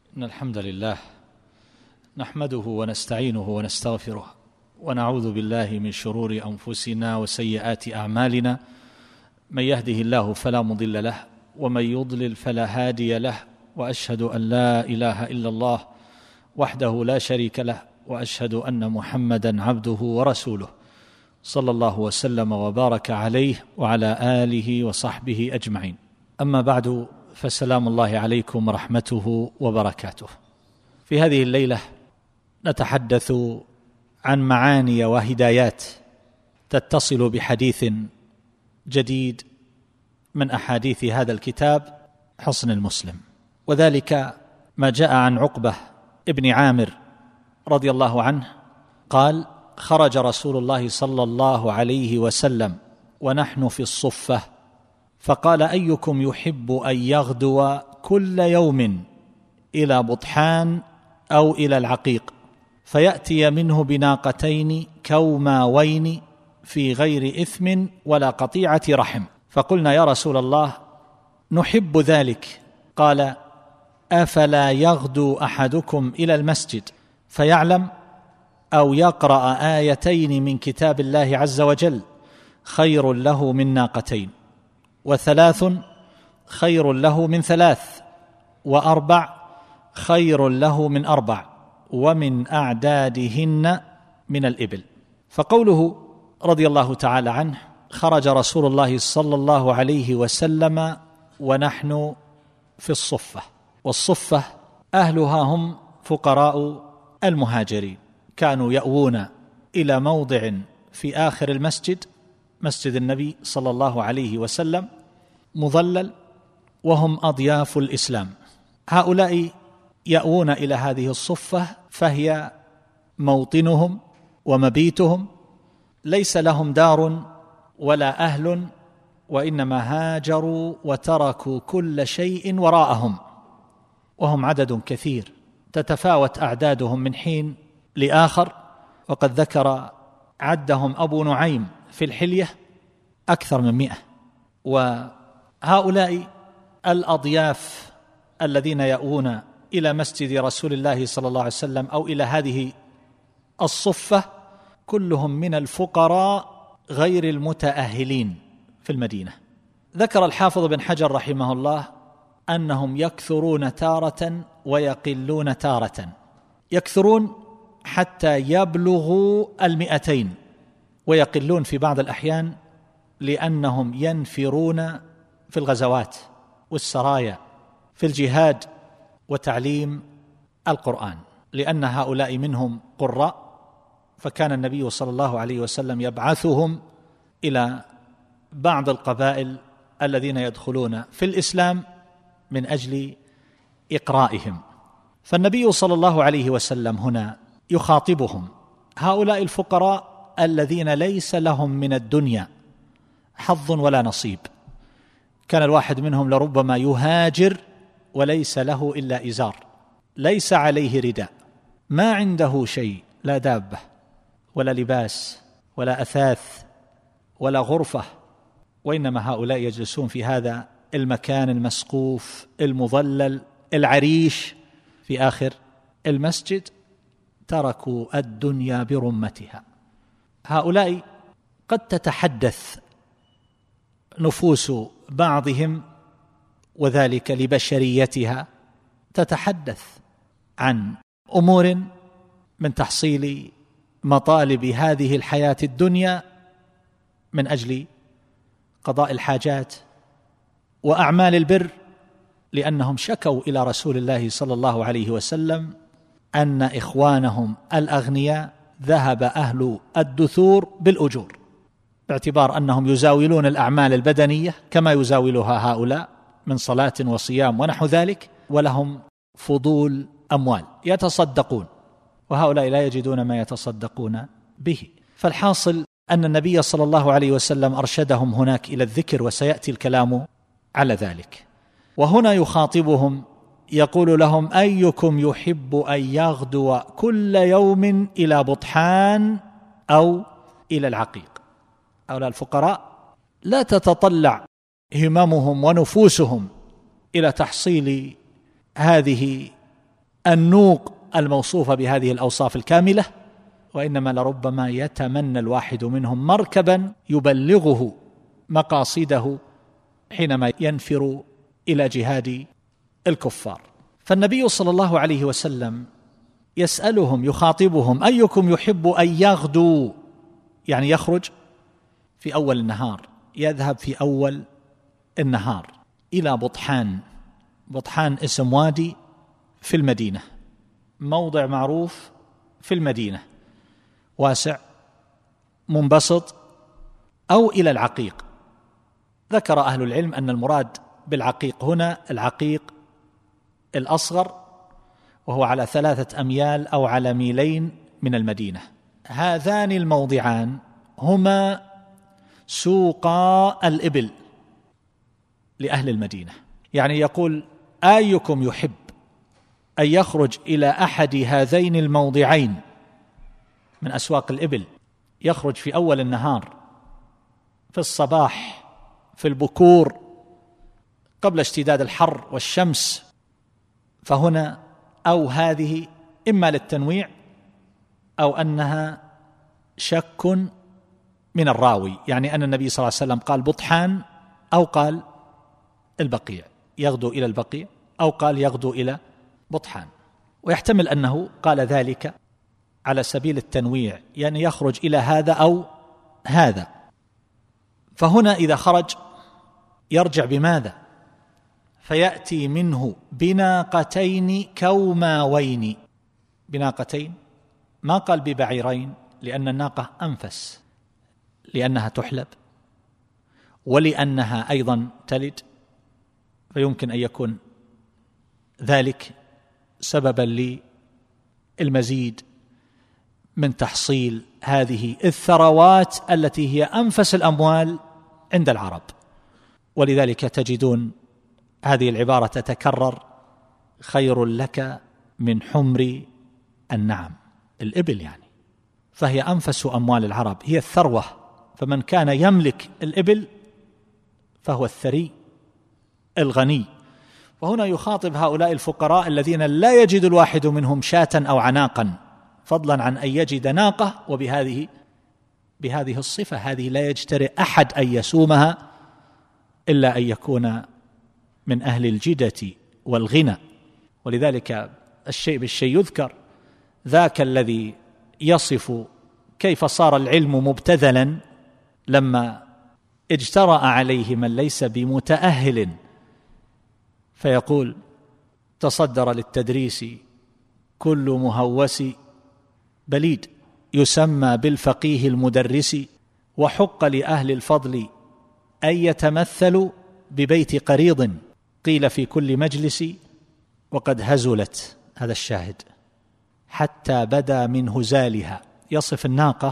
إن الحمد لله نحمده ونستعينه ونستغفره ونعوذ بالله من شرور أنفسنا وسيئات أعمالنا. من يهده الله فلا مضل له ومن يضلل فلا هادي له، وأشهد أن لا إله إلا الله وحده لا شريك له، وأشهد أن محمدا عبده ورسوله صلى الله وسلم وبارك عليه وعلى آله وصحبه أجمعين. أما بعد، فسلام الله عليكم ورحمته وبركاته. في هذه الليلة نتحدث عن معاني وهدايات تتصل بحديث جديد من أحاديث هذا الكتاب حصن المسلم، وذلك ما جاء عن عقبة ابن عامر رضي الله عنه قال: خرج رسول الله صلى الله عليه وسلم ونحن في الصفة، فقال: أيكم يحب أن يغدو كل يوم إلى بطحان أو إلى العقيق، فيأتي منه بناقتين كوماوين في غير إثم ولا قطيعة رحم؟ فقلنا: يا رسول الله، نحب ذلك. قال: أفلا يغدو أحدكم إلى المسجد فيعلم أو يقرأ آيتين من كتاب الله عز وجل خير له من ناقتين، وثلاث خير له من ثلاث، وأربع خير له من أربع، ومن أعدادهن من الإبل. فقوله رضي الله تعالى عنه: خرج رسول الله صلى الله عليه وسلم ونحن في الصفة، والصفة أهلها هم فقراء المهاجرين، كانوا يأوون إلى موضع في آخر المسجد، مسجد النبي صلى الله عليه وسلم، مظلل، وهم أضياف الإسلام. هؤلاء يأوون إلى هذه الصفة، فهي موطنهم ومبيتهم، ليس لهم دار ولا أهل، وإنما هاجروا وتركوا كل شيء وراءهم، وهم عدد كثير تتفاوت أعدادهم من حين لآخر، وقد ذكر عدهم أبو نعيم في الحلية أكثر من 100. وهؤلاء الأضياف الذين يأوون إلى مسجد رسول الله صلى الله عليه وسلم أو إلى هذه الصفة كلهم من الفقراء غير المتأهلين في المدينة. ذكر الحافظ بن حجر رحمه الله أنهم يكثرون تارة ويقلون تارة، يكثرون حتى يبلغوا 200، ويقلون في بعض الأحيان لأنهم ينفرون في الغزوات والسرايا في الجهاد وتعليم القرآن، لأن هؤلاء منهم قراء، فكان النبي صلى الله عليه وسلم يبعثهم إلى بعض القبائل الذين يدخلون في الإسلام من أجل إقرائهم. فالنبي صلى الله عليه وسلم هنا يخاطبهم، هؤلاء الفقراء الذين ليس لهم من الدنيا حظ ولا نصيب. كان الواحد منهم لربما يهاجر وليس له إلا إزار، ليس عليه رداء، ما عنده شيء، لا دابة ولا لباس ولا أثاث ولا غرفة، وإنما هؤلاء يجلسون في هذا المكان المسقوف المظلل العريش في آخر المسجد، تركوا الدنيا برمتها. هؤلاء قد تتحدث نفوس بعضهم، وذلك لبشريتها، تتحدث عن أمور من تحصيل مطالب هذه الحياة الدنيا من أجل قضاء الحاجات وأعمال البر، لأنهم شكوا إلى رسول الله صلى الله عليه وسلم أن إخوانهم الأغنياء ذهب أهل الدثور بالأجور، باعتبار أنهم يزاولون الأعمال البدنية كما يزاولها هؤلاء من صلاة وصيام ونحو ذلك، ولهم فضول أموال يتصدقون، وهؤلاء لا يجدون ما يتصدقون به. فالحاصل أن النبي صلى الله عليه وسلم أرشدهم هناك إلى الذكر، وسيأتي الكلام على ذلك. وهنا يخاطبهم يقول لهم: أيكم يحب أن يغدو كل يوم إلى بطحان أو إلى العقيق؟ هؤلاء الفقراء لا تتطلع هممهم ونفوسهم إلى تحصيل هذه النوق الموصوفة بهذه الأوصاف الكاملة، وإنما لربما يتمنى الواحد منهم مركبا يبلغه مقاصده حينما ينفر إلى جهاد الكفار. فالنبي صلى الله عليه وسلم يسألهم يخاطبهم: أيكم يحب أن يغدو، يعني يخرج في أول النهار، يذهب في أول النهار إلى بطحان. بطحان اسم وادي في المدينة، موضع معروف في المدينة، واسع منبسط، أو إلى العقيق. ذكر أهل العلم أن المراد بالعقيق هنا العقيق الأصغر، وهو على 3 أميال أو على 2 ميل من المدينة. هذان الموضعان هما سوقا الإبل لأهل المدينة. يعني يقول: أيكم يحب أن يخرج إلى أحد هذين الموضعين من أسواق الإبل، يخرج في أول النهار في الصباح في البكور قبل اشتداد الحر والشمس. فهنا أو هذه إما للتنويع أو أنها شك من الراوي، يعني أن النبي صلى الله عليه وسلم قال بطحان أو قال البقيع، يغدو إلى البقيع، أو قال يغدو إلى بطحان. ويحتمل أنه قال ذلك على سبيل التنويع، يعني يخرج إلى هذا أو هذا. فهنا إذا خرج يرجع بماذا؟ فيأتي منه بناقتين كوماوين. بناقتين، ما قال ببعيرين، لأن الناقة أنفس، لأنها تحلب ولأنها أيضا تلد، فيمكن أن يكون ذلك سببا للمزيد من تحصيل هذه الثروات التي هي أنفس الأموال عند العرب. ولذلك تجدون هذه العبارة تتكرر: خير لك من حمر النعم. الإبل يعني، فهي أنفس أموال العرب، هي الثروة. فمن كان يملك الإبل فهو الثري الغني. وهنا يخاطب هؤلاء الفقراء الذين لا يجد الواحد منهم شاة أو عناقا، فضلا عن أن يجد ناقة بهذه الصفة. هذه لا يجترئ أحد أن يسومها إلا أن يكون من أهل الجدة والغنى. ولذلك الشيء بالشيء يذكر. ذاك الذي يصف كيف صار العلم مبتذلا لما اجترأ عليه من ليس بمتأهل، فيقول: تصدر للتدريس كل مهوس بليد، يسمى بالفقيه المدرس، وحق لأهل الفضل أن يتمثلوا ببيت قريض، قيل في كل مجلس وقد هزلت. هذا الشاهد: حتى بدا من هزالها. يصف الناقة: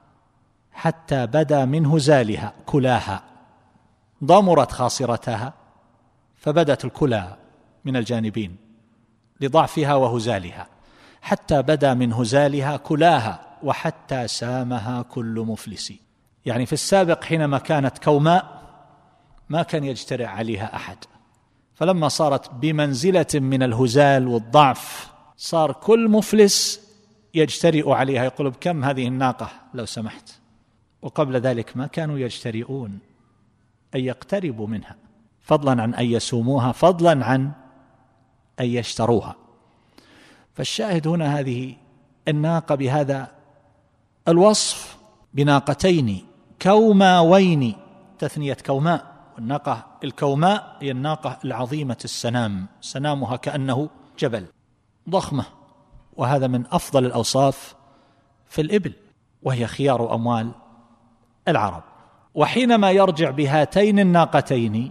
حتى بدا من هزالها كلاها، ضمرت خاصرتها فبدت الكلى من الجانبين لضعفها وهزالها. حتى بدا من هزالها كلاها، وحتى سامها كل مفلس. يعني في السابق حينما كانت كوماء ما كان يجترئ عليها أحد، فلما صارت بمنزلة من الهزال والضعف صار كل مفلس يجترئ عليها، يقول: بكم هذه الناقة لو سمحت؟ وقبل ذلك ما كانوا يجترئون أن يقتربوا منها، فضلا عن أن يسوموها، فضلا عن أن يشتروها. فالشاهد هنا هذه الناقة بهذا الوصف: بناقتين كوماوين، تثنية كوماء. والناقة الكوماء هي الناقة العظيمة السنام، سنامها كأنه جبل، ضخمة، وهذا من أفضل الأوصاف في الإبل، وهي خيار أموال العرب. وحينما يرجع بهاتين الناقتين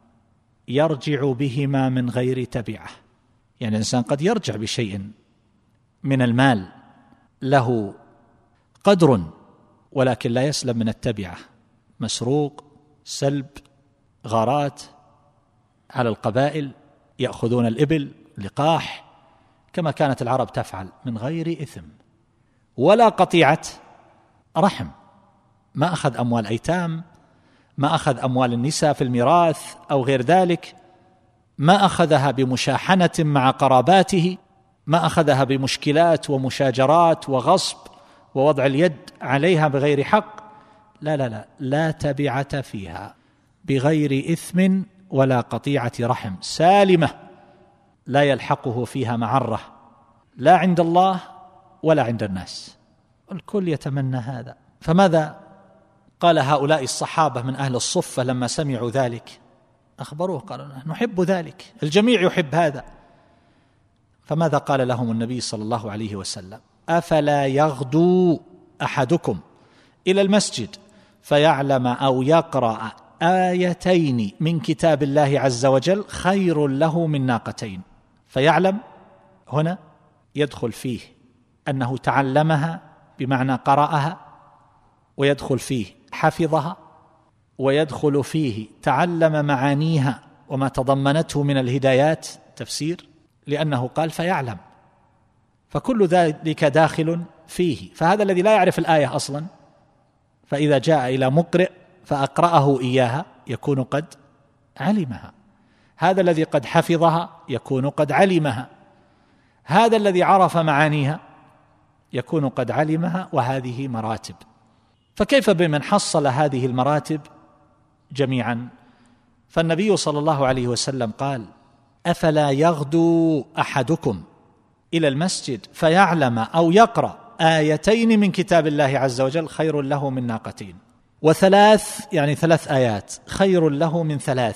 يرجع بهما من غير تبعة. يعني الإنسان قد يرجع بشيء من المال له قدر، ولكن لا يسلم من التبعة، مسروق، سلب، غارات على القبائل، يأخذون الإبل لقاح كما كانت العرب تفعل من غير إثم ولا قطيعة رحم. ما أخذ أموال أيتام، ما أخذ أموال النساء في الميراث أو غير ذلك، ما أخذها بمشاحنة مع قراباته، ما أخذها بمشكلات ومشاجرات وغصب ووضع اليد عليها بغير حق، لا تبعة فيها، بغير إثم ولا قطيعة رحم، سالمة لا يلحقه فيها معرة، لا عند الله ولا عند الناس. الكل يتمنى هذا. فماذا قال هؤلاء الصحابة من أهل الصفة لما سمعوا ذلك؟ أخبروه قالوا نحب ذلك، الجميع يحب هذا. فماذا قال لهم النبي صلى الله عليه وسلم؟ أفلا يغدو أحدكم إلى المسجد فيعلم أو يقرأ آيتين من كتاب الله عز وجل خير له من ناقتين. فيعلم هنا يدخل فيه أنه تعلمها بمعنى قرأها، ويدخل فيه حفظها، ويدخل فيه تعلم معانيها وما تضمنته من الهدايات تفسير، لأنه قال فيعلم، فكل ذلك داخل فيه. فهذا الذي لا يعرف الآية أصلا، فإذا جاء إلى مقرئ فأقرأه إياها يكون قد علمها، هذا الذي قد حفظها يكون قد علمها، هذا الذي عرف معانيها يكون قد علمها. وهذه مراتب، فكيف بمن حصل هذه المراتب جميعا؟ فالنبي صلى الله عليه وسلم قال أفلا يغدو أحدكم إلى المسجد فيعلم أو يقرأ آيتين من كتاب الله عز وجل خير له من ناقتين، وثلاث يعني 3 آيات خير له من 3،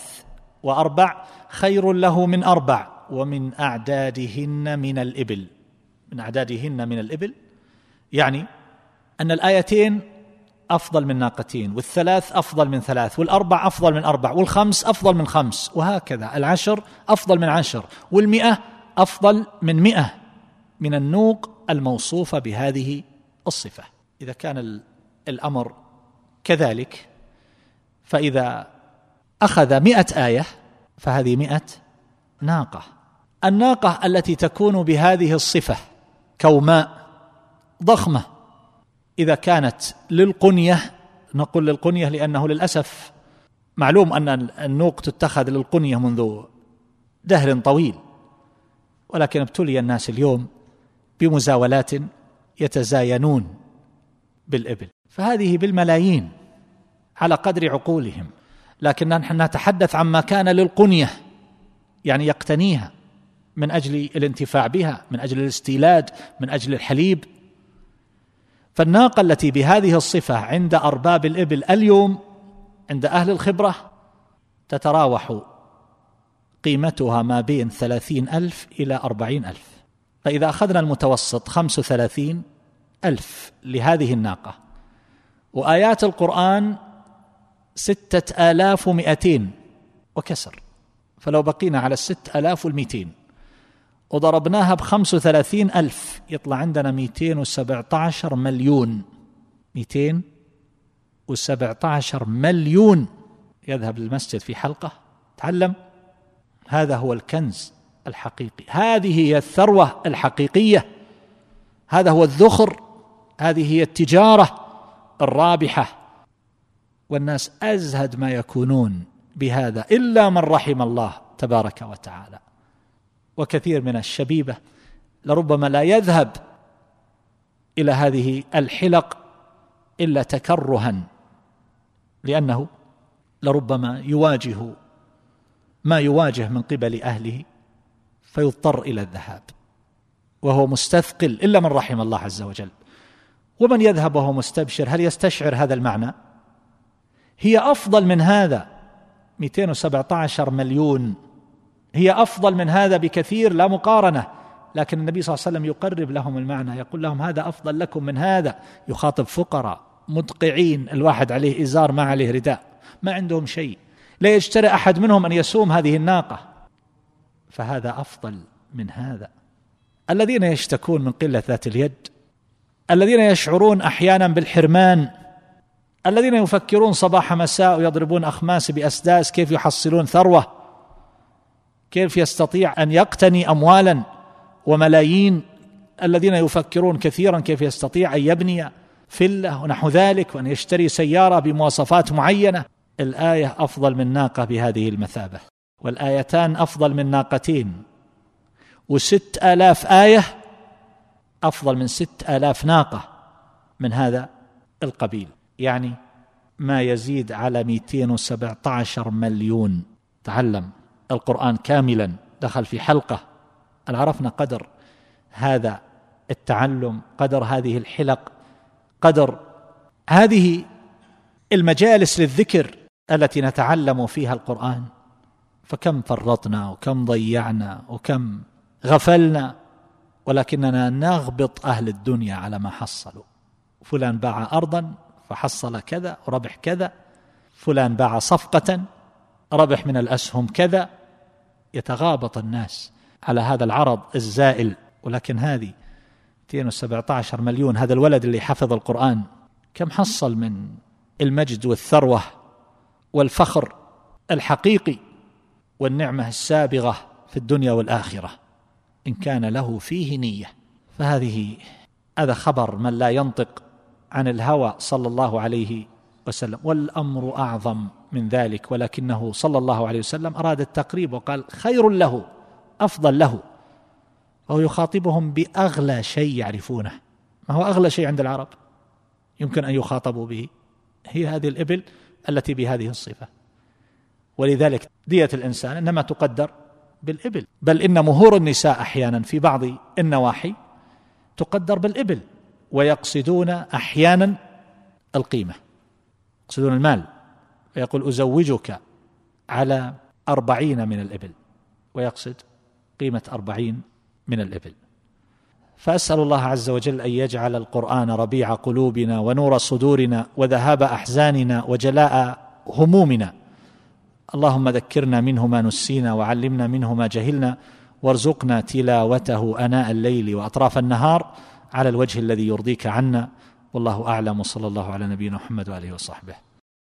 و4 خير له من 4، ومن أعدادهن من الإبل. من أعدادهن من الإبل يعني أن الآيتين أفضل من ناقتين، وال3 أفضل من 3، وال4 أفضل من 4، وال5 أفضل من 5، وهكذا. 10 أفضل من 10، وال100 أفضل من 100 من النوق الموصوفة بهذه الصفة. إذا كان الأمر كذلك، فإذا أخذ 100 آية فهذه 100 ناقة. الناقة التي تكون بهذه الصفة كوماء ضخمة، إذا كانت للقنية، نقول للقنية لأنه للأسف معلوم أن النوق تتخذ للقنية منذ دهر طويل، ولكن ابتلي الناس اليوم بمزاولات يتزاينون بالإبل، فهذه بالملايين على قدر عقولهم. لكن نحن نتحدث عما كان للقنية، يعني يقتنيها من أجل الانتفاع بها، من أجل الاستيلاد، من أجل الحليب. فالناقة التي بهذه الصفة عند أرباب الإبل اليوم عند أهل الخبرة تتراوح قيمتها ما بين 30,000 إلى 40,000. فإذا أخذنا المتوسط 35,000 لهذه الناقة، وآيات القرآن 6,200 وكسر، فلو بقينا على 6,200 وضربناها ب35,000 يطلع عندنا 217 مليون. 217 مليون يذهب للمسجد في حلقة تعلم. هذا هو الكنز الحقيقي، هذه هي الثروة الحقيقية، هذا هو الذخر، هذه هي التجارة الرابحة. والناس أزهد ما يكونون بهذا إلا من رحم الله تبارك وتعالى. وكثير من الشبيبة لربما لا يذهب إلى هذه الحلق إلا تكرها، لأنه لربما يواجه ما يواجه من قبل أهله فيضطر إلى الذهاب وهو مستثقل إلا من رحم الله عز وجل. ومن يذهب وهو مستبشر هل يستشعر هذا المعنى؟ هي أفضل من هذا 217 مليون، هي أفضل من هذا بكثير لا مقارنة. لكن النبي صلى الله عليه وسلم يقرب لهم المعنى، يقول لهم هذا أفضل لكم من هذا. يخاطب فقراء مدقعين، الواحد عليه إزار ما عليه رداء، ما عندهم شيء، لا يجترئ أحد منهم أن يسوم هذه الناقة، فهذا أفضل من هذا. الذين يشتكون من قلة ذات اليد، الذين يشعرون أحيانا بالحرمان، الذين يفكرون صباح مساء ويضربون أخماس بأسداس كيف يحصلون ثروة، كيف يستطيع أن يقتني أموالا وملايين، الذين يفكرون كثيرا كيف يستطيع أن يبني فيلا ونحو ذلك، وأن يشتري سيارة بمواصفات معينة. الآية أفضل من ناقة بهذه المثابة، والآيتان أفضل من ناقتين، و6,000 آية أفضل من 6,000 ناقة من هذا القبيل، يعني ما يزيد على 217 مليون تعلم القرآن كاملا، دخل في حلقة. هل عرفنا قدر هذا التعلم، قدر هذه الحلق، قدر هذه المجالس للذكر التي نتعلم فيها القرآن؟ فكم فرطنا وكم ضيعنا وكم غفلنا، ولكننا نغبط أهل الدنيا على ما حصلوا. فلان باع أرضا فحصل كذا وربح كذا، فلان باع صفقة ربح من الأسهم كذا. يتغابط الناس على هذا العرض الزائل، ولكن هذه 217 مليون، هذا الولد اللي حفظ القرآن كم حصل من المجد والثروة والفخر الحقيقي والنعمة السابغة في الدنيا والآخرة إن كان له فيه نية. هذا خبر من لا ينطق عن الهوى صلى الله عليه وسلم. والأمر أعظم من ذلك، ولكنه صلى الله عليه وسلم أراد التقريب وقال خير له أفضل له، وهو يخاطبهم بأغلى شيء يعرفونه. ما هو أغلى شيء عند العرب يمكن أن يخاطبوا به؟ هي هذه الإبل التي بهذه الصفة. ولذلك دية الإنسان إنما تقدر بالإبل، بل إن مهور النساء أحيانا في بعض النواحي تقدر بالإبل، ويقصدون أحيانا القيمة، يقصدون المال، ويقول أزوجك على 40 من الإبل، ويقصد قيمة 40 من الإبل. فأسأل الله عز وجل أن يجعل القرآن ربيع قلوبنا ونور صدورنا وذهاب أحزاننا وجلاء همومنا. اللهم ذكرنا منه ما نسينا وعلمنا منه ما جهلنا، وارزقنا تلاوته آناء الليل وأطراف النهار على الوجه الذي يرضيك عنا. والله أعلم، صلى الله على نبينا محمد وآله وصحبه.